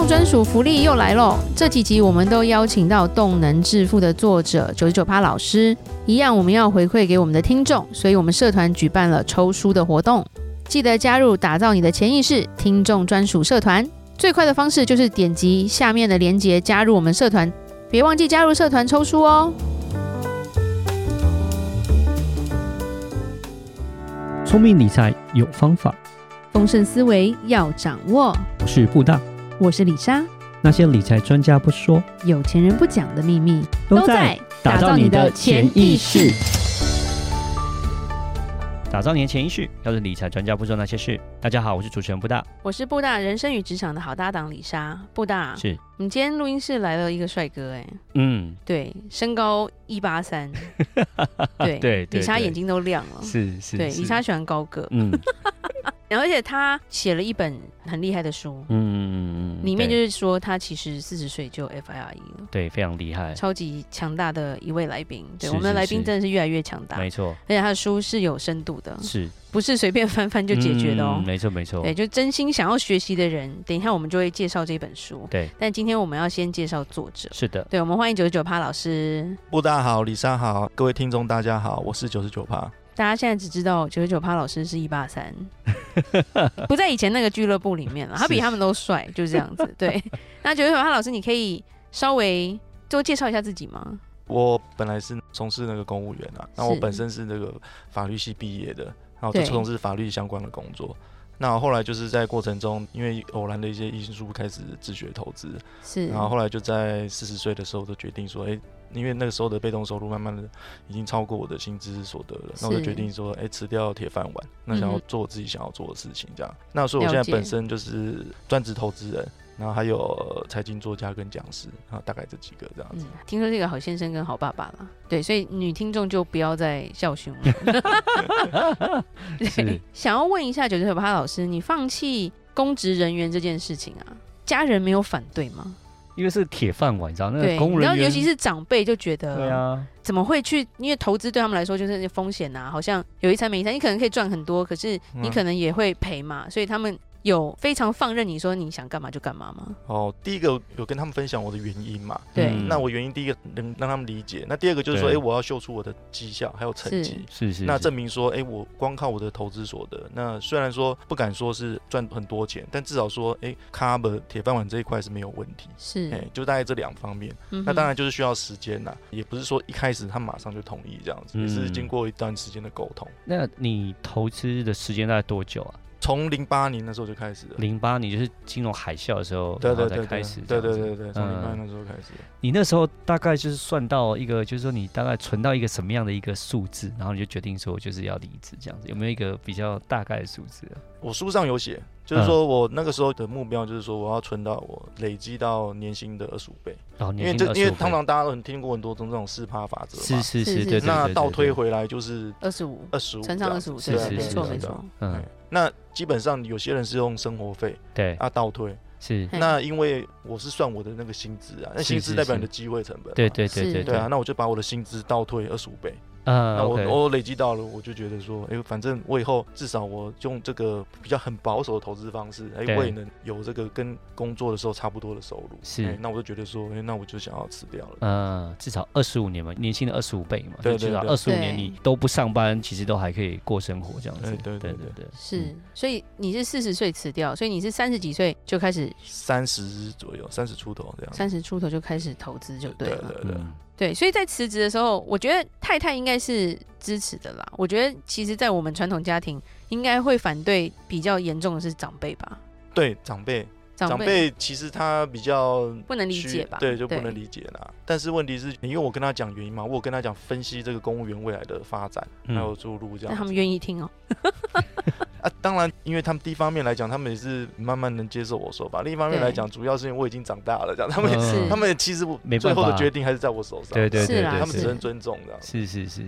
专属福利又来咯，这几集我们都邀请到动能致富的作者99%老师，一样我们要回馈给我们的听众，所以我们社团举办了抽书的活动，记得加入打造你的潜意识听众专属社团，最快的方式就是点击下面的连结加入我们社团，别忘记加入社团抽书哦。 聪明理财有方法， 丰盛思维要掌握。 我是布大， 我是李莎， 那些理财专家不说， 有钱人不讲的秘密都在打造你的潜意识。打造你的潜意识，要是理财专家不说那些事。大家好，我是主持人布大， 我是布大人生与职场的好搭档李莎。布大， 是你今天录音室来了一个帅哥哎，对，身高183，对，李莎眼睛都亮了， 是， 对，李莎喜欢高个，而且他写了一本很厉害的书，里面就是说他其实40岁就 FIRE 了， 对，非常厉害， 超级强大的一位来宾，对，我们的来宾真的是越来越强大， 没错， 而且他的书是有深度的， 是不是随便翻翻就解决的哦？ 没错， 对，就真心想要学习的人，等一下我们就会介绍这本书， 对， 但今天我们要先介绍作者， 是的， 对，我们欢迎99%老师。 布大好，李莎好，各位听众大家好，我是99%。 大家现在只知道99%老师是183，不在以前那个俱乐部里面了，他比他们都帅，就是这样子。对，那99%老师，你可以稍微多介绍一下自己吗？ 我本来是从事那个公务员啊，那我本身是那个法律系毕业的，然后就从事法律相关的工作。那后来就是在过程中，因为偶然的一些因素开始自学投资， 是，然后后来就在40岁的时候就决定说，因为那个时候的被动收入慢慢的已经超过我的薪资所得了，那我就决定说，辞掉铁饭碗，那想要做我自己想要做的事情，这样。那所以我现在本身就是专职投资人，然后还有财经作家跟讲师，然后大概这几个这样子。 听说这个好先生跟好爸爸啦，对，所以女听众就不要再笑凶了。对，想要问一下99%老师，你放弃公职人员这件事情啊，家人没有反对吗？ 因为是铁饭碗，你知道那个公务人员， 然后尤其是长辈就觉得， 对啊， 怎么会去？因为投资对他们来说就是风险啊，好像有一餐没一餐，你可能可以赚很多，可是你可能也会赔嘛，所以他们有非常放任你说你想干嘛就干嘛吗？ 第一个有跟他们分享我的原因嘛， 对， 那我原因第一个能让他们理解，那第二个就是说，我要秀出我的绩效还有成绩， 是， 那证明说，我光靠我的投资所得，那虽然说不敢说是赚很多钱，但至少说，cover 铁饭碗这一块是没有问题， 是， 就大概这两方面，那当然就是需要时间啦，也不是说一开始他马上就同意这样子，也是经过一段时间的沟通。 那你投资的时间大概多久啊？ 从08年那时候就开始了。 08年就是金融海啸的时候， 对， 才开始。 对，从08年那时候开始。 你那时候大概就是算到一个，就是说你大概存到一个什么样的一个数字，然后你就决定说就是要离职这样子，有没有一个比较大概的数字啊？ 我书上有写，就是说我那个时候的目标就是说我要存到我累积到年薪的25倍。 因为通常大家都听过很多种这种4%法则嘛， 是，对， 那倒推回来就是 25乘上25， 是， 没错。 那基本上有些人是用生活费， 对， 倒推。 是， 那因为我是算我的那个薪资啊，那薪资代表你的机会成本， 对啊，那我就把我的薪资倒推25倍。那我累积到了，我就觉得说，反正我以后至少我用这个比较很保守的投资方式，我也能有这个跟工作的时候差不多的收入。 是， 那我就觉得说，那我就想要辞掉了。 至少25年嘛，年薪的25倍嘛， 对， 至少25年你都不上班，其实都还可以过生活这样子。 对， 是，所以你是40岁辞掉，所以你是30几岁就开始 30左右，30出头这样 ，30出头就开始投资就对了。 对， 所以在辞职的时候，我觉得太太应该是支持的啦。我觉得其实，在我们传统家庭，应该会反对比较严重的是长辈吧？ 对，长辈其实他比较不能理解吧？ 对，就不能理解啦。但是问题是，因为我跟他讲原因嘛，我有跟他讲分析这个公务员未来的发展还有出路这样。 但他们愿意听哦。 当然，因为他们第一方面来讲，他们也是慢慢能接受我说法；另一方面来讲，主要是因为我已经长大了，这样他们其实最后的决定还是在我手上。 对， 他们只能尊重这样。 是。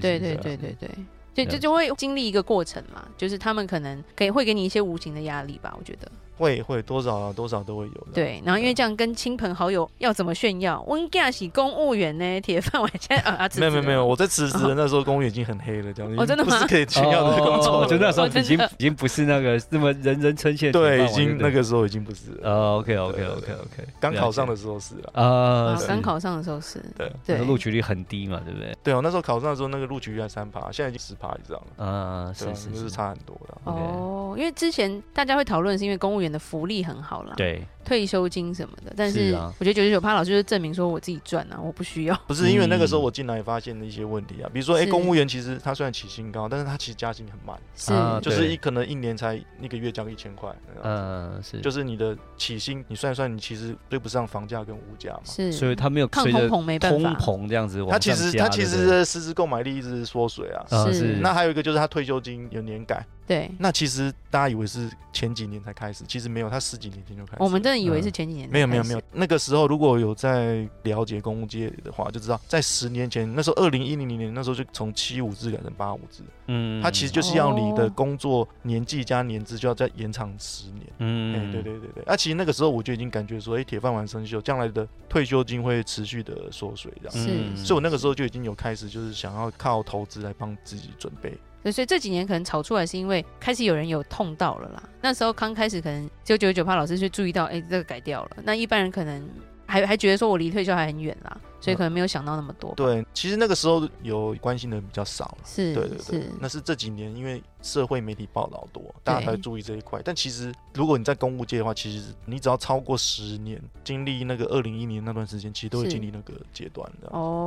对，就会经历一个过程嘛，就是他们可能会给你一些无形的压力吧，我觉得。 会多少啊，多少都会有的。 对，然后因为这样跟亲朋好友要怎么炫耀？我家是公务员呢，铁饭碗。现在没有，我在辞职的那时候公务员已经很黑了，这样真的吗？ 不是可以炫耀的工作。 就那时候已经不是那个这么人人称羡。 对，已经那个时候已经不是了。 OK， 刚考上的时候是了。刚考上的时候是。 对， 录取率很低嘛，对不对？ 对，我那时候考上的时候，那个录取率才3%，现在已经10%以上了。是差很多的。因为之前大家会讨论是因为公务员的福利很好啦， 对， 退休金什么的，但是我觉得99%老师就是证明说我自己赚啊，我不需要。 不是因为那个时候我进来发现了一些问题啊，比如说公务员其实他虽然起薪高，但是他其实加薪很慢，就是可能1年才1个月降1000块， 是， 就是你的起薪你算一算，你其实对不上房价跟物价嘛， 是， 所以他没有抗通膨没办法， 通膨这样子往上加， 他其实的实质购买力一直缩水啊， 是。 那还有一个就是他退休金有年改。 对， 那其实大家以为是前几年才开始，其实没有，他10几年前就开始。 我们真的以为是前几年才开始。 没有，那个时候如果有在了解公务界的话，就知道在10年前，那时候2010年那时候就从75制改成85制，它其实就是要你的工作年纪加年资就要再延长10年。对。其实那个时候我就已经感觉说，铁饭碗生锈，将来的退休金会持续的缩水，这样。所以我那个时候就已经有开始就是想要靠投资来帮自己准备。 所以这几年可能炒出来是因为开始有人有痛到了啦。那时候刚开始可能只有99%老师就注意到，这个改掉了。那一般人可能还觉得说我离退休还很远啦，所以可能没有想到那么多。 对，其实那个时候有关心的人比较少了。 是， 对，那是这几年因为社会媒体报道多，大家才会注意这一块。但其实如果你在公务界的话，其实你只要超过10年，经历那个2010年那段时间，其实都会经历那个阶段的。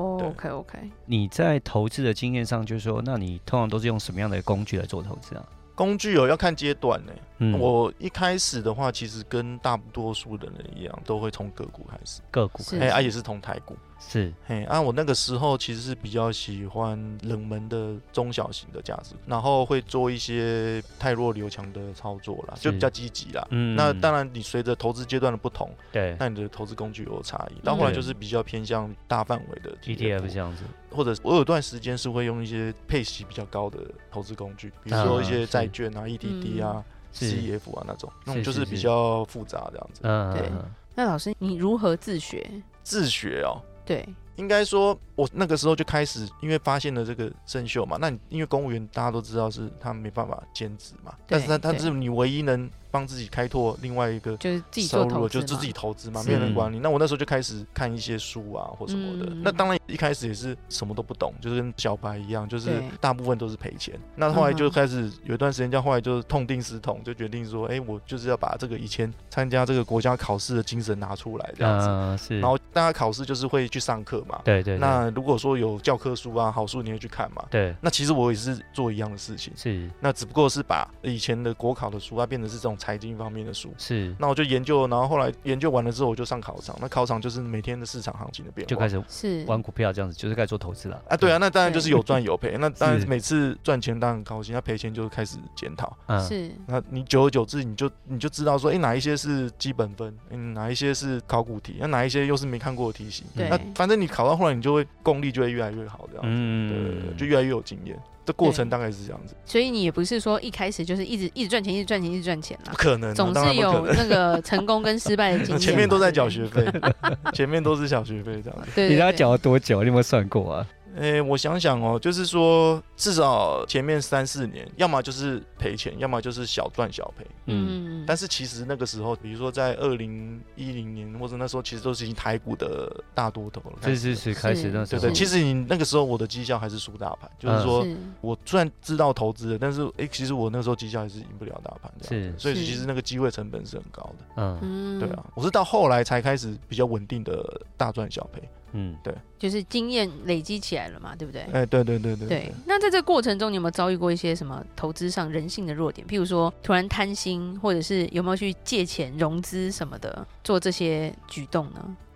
OK。 你在投资的经验上，就是说，那你通常都是用什么样的工具来做投资啊？ 工具要看阶段呢。我一开始的话，其实跟大多数的人一样，都会从个股开始。 个股， 也是从台股。 是， 我那个时候其实是比较喜欢冷门的中小型的价值，然后会做一些太弱留强的操作啦，就比较积极啦。那当然，你随着投资阶段的不同， 对， 那你的投资工具有差异。到后来就是比较偏向大范围的 ETF 这样子， 或者我有段时间是会用一些配息比较高的投资工具，比如说一些债券啊、ETD 啊、CEF 啊那种就是比较复杂这样子。 对，那老师你如何自学？ 自学哦。 对， 应该说，我那个时候就开始，因为发现了这个生锈嘛。那因为公务员大家都知道是他没办法兼职嘛，但是他是你唯一能帮自己开拓另外一个就是自己做投资， 就是自己投资嘛，没有人管你。那我那时候就开始看一些书啊或什么的。那当然一开始也是什么都不懂，就是跟小白一样，就是大部分都是赔钱。那后来就开始有一段时间，后来就痛定思痛，就决定说，我就是要把这个以前参加这个国家考试的精神拿出来，这样子。然后大家考试就是会去上课嘛， 对。 那如果说有教科书啊、好书，你会去看嘛？ 对。 那其实我也是做一样的事情， 是。 那只不过是把以前的国考的书，它变成是这种财经方面的书。 是。 那我就研究，然后后来研究完了之后，我就上考场。那考场就是每天的市场行情的变化， 就开始玩股票这样子，就是开始做投资了。 对啊，那当然就是有赚有赔。那当然每次赚钱当然很高兴，那赔钱就开始检讨。 是。 那你久而久之，你就知道说，哪一些是基本分，哪一些是考古题，那哪一些又是没看过的题型。那反正你考到后来，你就会功力就会越来越好，这样子。对，就越来越有经验。这过程大概是这样子。 所以你也不是说一开始就是一直赚钱，一直赚钱，一直赚钱啦。 不可能， 总是有那个成功跟失败的经验。 前面都在缴学费，前面都是缴学费这样子。 对， 你大概缴了多久？你有没有算过啊？ 我想想哦，就是说至少前面3、4年，要么就是赔钱，要么就是小赚小赔。但是其实那个时候，比如说在2010年或者那时候，其实都是已经台股的大多头了。 是开始那时候。 对，其实你那个时候我的绩效还是输大盘，就是说我虽然知道投资的，但是其实我那个时候绩效还是赢不了大盘这样子。所以其实那个机会成本是很高的。对啊，我是到后来才开始比较稳定的大赚小赔。对， 就是经验累积起来了嘛，对不对？ 对。 那在这个过程中，你有没有遭遇过一些什么投资上人性的弱点？譬如说突然贪心，或者是有没有去借钱融资什么的，做这些举动呢？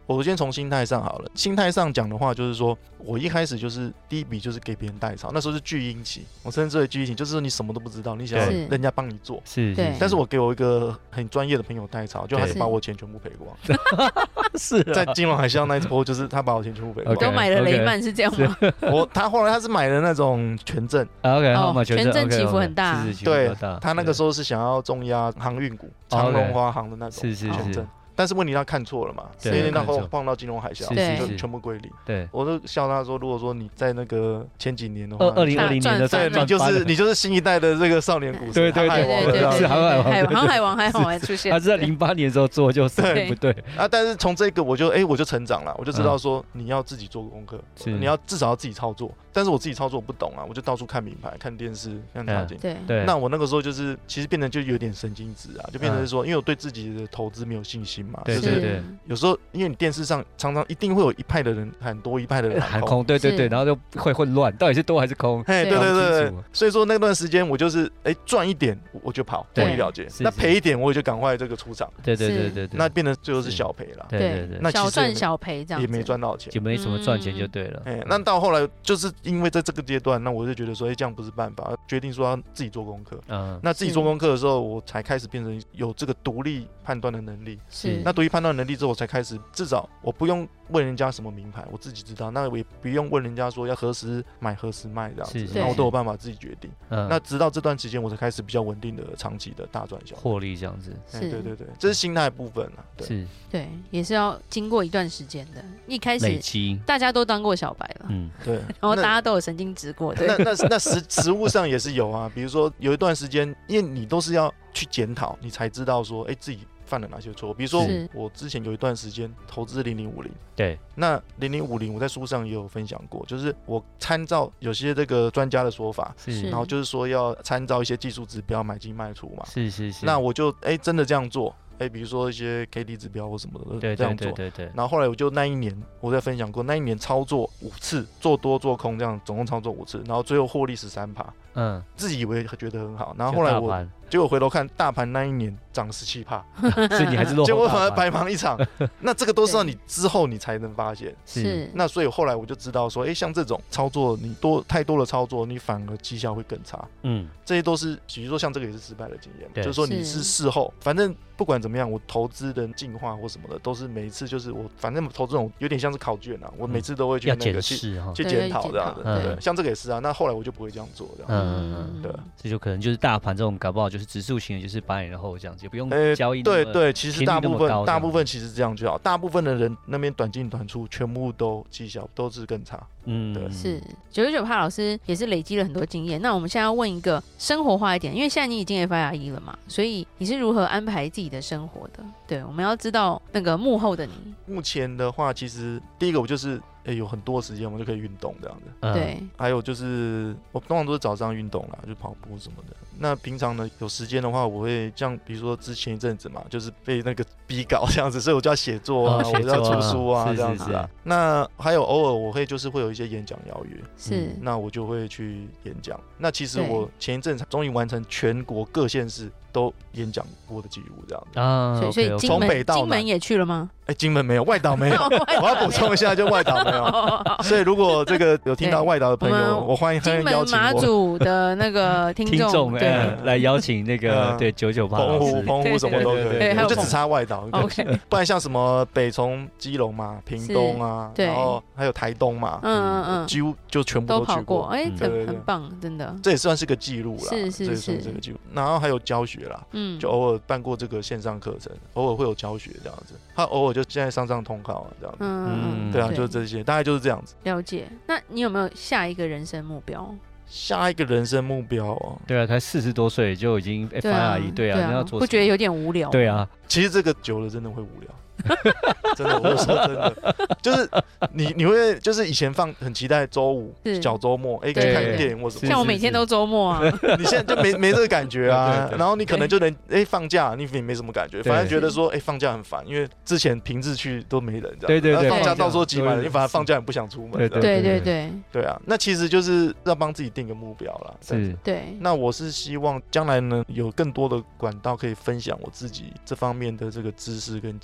我先从心态上好了。心态上讲的话，就是说我一开始就是第一笔就是给别人代操，那时候是巨婴期，我称之为巨婴期，就是说你什么都不知道，你想要人家帮你做， 是， 但是我给我一个很专业的朋友代操，就他是把我钱全部赔光。 是在金融海啸那一波，就是他把我钱全部赔光。 都买了雷曼是这样吗？ 他后来他是买了那种权证 ，OK， 权证起伏很大， 对，他那个时候是想要重压航运股，长荣、华航的那种权证。但是问题他看错了嘛，因为那后碰到金融海啸，就全部归零。 对， 我都笑他说，如果说你在那个前几年的话 ，2020年的对，你就是新一代的这个少年股神， 对，是航海王还出现。 他是在08年的时候做，就是不对啊。但是从这个我就成长了，我就知道说你要自己做功课，你要至少要自己操作。但是我自己操作我不懂啊，我就到处看名牌、看电视、看场景。 对。 那我那个时候就是其实变成就有点神经质啊，就变成是说，因为我对自己的投资没有信心嘛。 对。 有时候因为你电视上常常一定会有一派的人喊多，一派的人喊空。 对，然后就会混乱，到底是多还是空？ 对。所以说那段时间我就是赚一点我就跑，获利了结。那赔一点我也就赶快这个出场。 对。 那变成最后是小赔了。 对。那小赚小赔这样， 也没赚到钱， 就没什么赚钱就对了。 那到后来就是因为在这个阶段，那我就觉得说，这样不是办法，决定说要自己做功课。那自己做功课的时候，我才开始变成有这个独立判断的能力。那独立判断能力之后，我才开始至少我不用问人家什么名牌，我自己知道。那我也不用问人家说要何时买何时卖这样子，那我都有办法自己决定。那直到这段时间，我才开始比较稳定的长期的大赚小获利这样子。 对，这是心态部分啊。 对，也是要经过一段时间的。一开始累积， 大家都当过小白了， 对， 然后大家都有神经质过。 那实物上也是有啊，比如说有一段时间，因为你都是要去检讨，你才知道说，自己犯了哪些错。比如说我之前有一段时间投资0050， 对， 那0050我在书上也有分享过，就是我参照有些这个专家的说法，然后就是说要参照一些技术指标买进卖出嘛， 是， 那我就真的这样做。比如说一些 KD 指标或什么的，这样做。 对。 然后后来我就那一年，我在分享过，那一年操作5次，做多做空这样，总共操作5次，然后最后获利13%。自己以为觉得很好，然后后来结果回头看大盘那一年涨17%， 所以你还是落后大盘， 结果反而白忙一场。那这个都是要你之后你才能发现。 是。 那所以后来我就知道说，像这种操作，你太多的操作，你反而绩效会更差。这些都是，比如说像这个也是失败的经验，就是说你是事后，反正不管怎么样，我投资的进化或什么的，都是每一次就是我反正投资这种有点像是考卷啊，我每次都会去那个去检讨这样的。对，像这个也是啊。那后来我就不会这样做这样。对。 这就可能就是大盘这种搞不好就是指数型的，就是8年后这样子，也不用交易。 对，其实大部分其实这样就好。大部分的人那边短进短出，全部都绩效都是更差。对， 是99%老师也是累积了很多经验。那我们现在要问一个生活化一点，因为现在你已经 FIRE 了嘛，所以你是如何安排自己的生活的？对，我们要知道那个幕后的你。 目前的话，其实第一个我就是有很多时间，我们就可以运动这样子。 对。 还有就是我通常都是早上运动啦，就跑步什么的。那平常呢有时间的话，我会像比如说之前一阵子嘛，就是被那个逼稿这样子，所以我就要写作啊，我就要出书啊这样子啊。那还有偶尔我会就是会有一些演讲邀约， 是， 那我就会去演讲。那其实我前一阵子终于完成全国各县市都演讲过的记录这样子啊。所以从北到南， 金门也去了吗？ 金门没有，外岛没有。我要补充一下，就外岛没有。所以如果这个有听到外岛的朋友，我欢迎邀请我。 金门马祖的那个听众来邀请那个对99% 澎湖什么都可以，我就只差外岛。 OK， 不然像什么北从基隆嘛、屏东啊，然后还有台东嘛，几乎就全部都去过。 很棒，真的。 这也算是个记录啦，这也算是个记录。然后还有教学啦，就偶尔办过这个线上课程，偶尔会有教学这样子。他偶尔就现在上通告啊这样子。对啊，就是这些，大概就是这样子。 了解。那你有没有下一个人生目标？ 下一个人生目标哦， 对啊，才40多岁就已经 FIRE， 对啊，你要做， 不觉得有点无聊？ 对啊， 其实这个久了真的会无聊。真的，我说真的，就是你会就是以前很期待周五小周末，去看电影或什么， 像我每天都周末啊。 你现在就没这个感觉啊，然后你可能就能放假，你没什么感觉，反而觉得说放假很烦，因为之前平日去都没人， 对， 放假到时候挤满了，你反而放假也不想出门。对啊，那其实就是要帮自己定个目标啦。 对。 那我是希望将来呢有更多的管道可以分享我自己这方面的这个知识跟经验。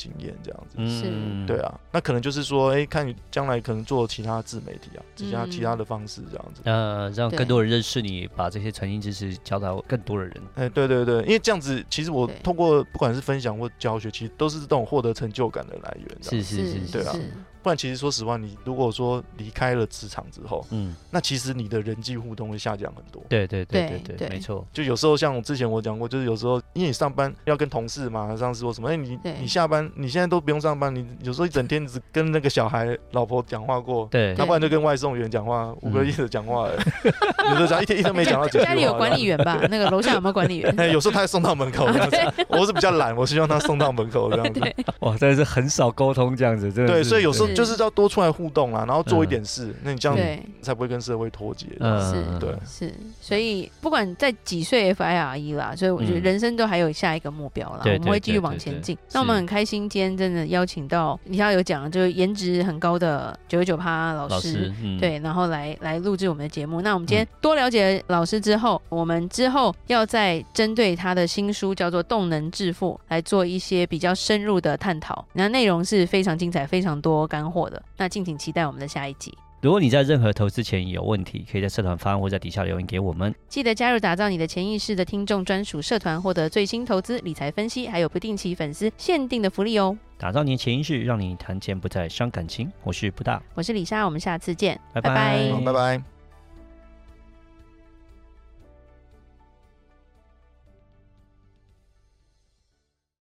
这样子。 是对啊，那可能就是说，看你将来可能做其他自媒体啊，其他的方式这样子。 让更多人认识你，把这些传心知识教到更多的人。 对，因为这样子，其实我通过不管是分享或教学，其实都是这种获得成就感的来源。 是， 对啊。不然其实说实话，你如果说离开了职场之后，那其实你的人际互动会下降很多。 对，没错。 就有时候像之前我讲过，就是有时候因为你上班要跟同事嘛，上司说什么，你下班，你现在都不用上班，你有时候一整天只跟那个小孩、老婆讲话过， 对， 那不然就跟外送员讲话，5个月的讲话，有的讲一天没讲到几句话。 家里有管理员吧？那个楼下有没有管理员？ 有时候他还送到门口这样子。我是比较懒，我希望他送到门口这样子。 哇，真的是很少沟通这样子，真的。 对，所以有时候就是要多出来互动啦，然后做一点事，那你这样才不会跟社会脱节。 是，所以不管在几岁 FIRE 啦，所以我觉得人生都还有下一个目标啦，我们会继续往前进。那我们很开心今天真的邀请到你刚刚有讲，就是颜值很高的919趴老师，对，然后来录制我们的节目。那我们今天多了解老师之后，我们之后要再针对他的新书叫做《动能致富》来做一些比较深入的探讨，那内容是非常精彩、非常多干货的。那敬请期待我们的下一集。 如果你在任何投资前有问题，可以在社团发问或在底下留言给我们。 记得加入打造你的潜意识的听众专属社团，获得最新投资理财分析，还有不定期粉丝限定的福利哦。 打造你的潜意识，让你谈钱不再伤感情。我是布大， 我是李莎，我们下次见， 拜拜。 拜拜。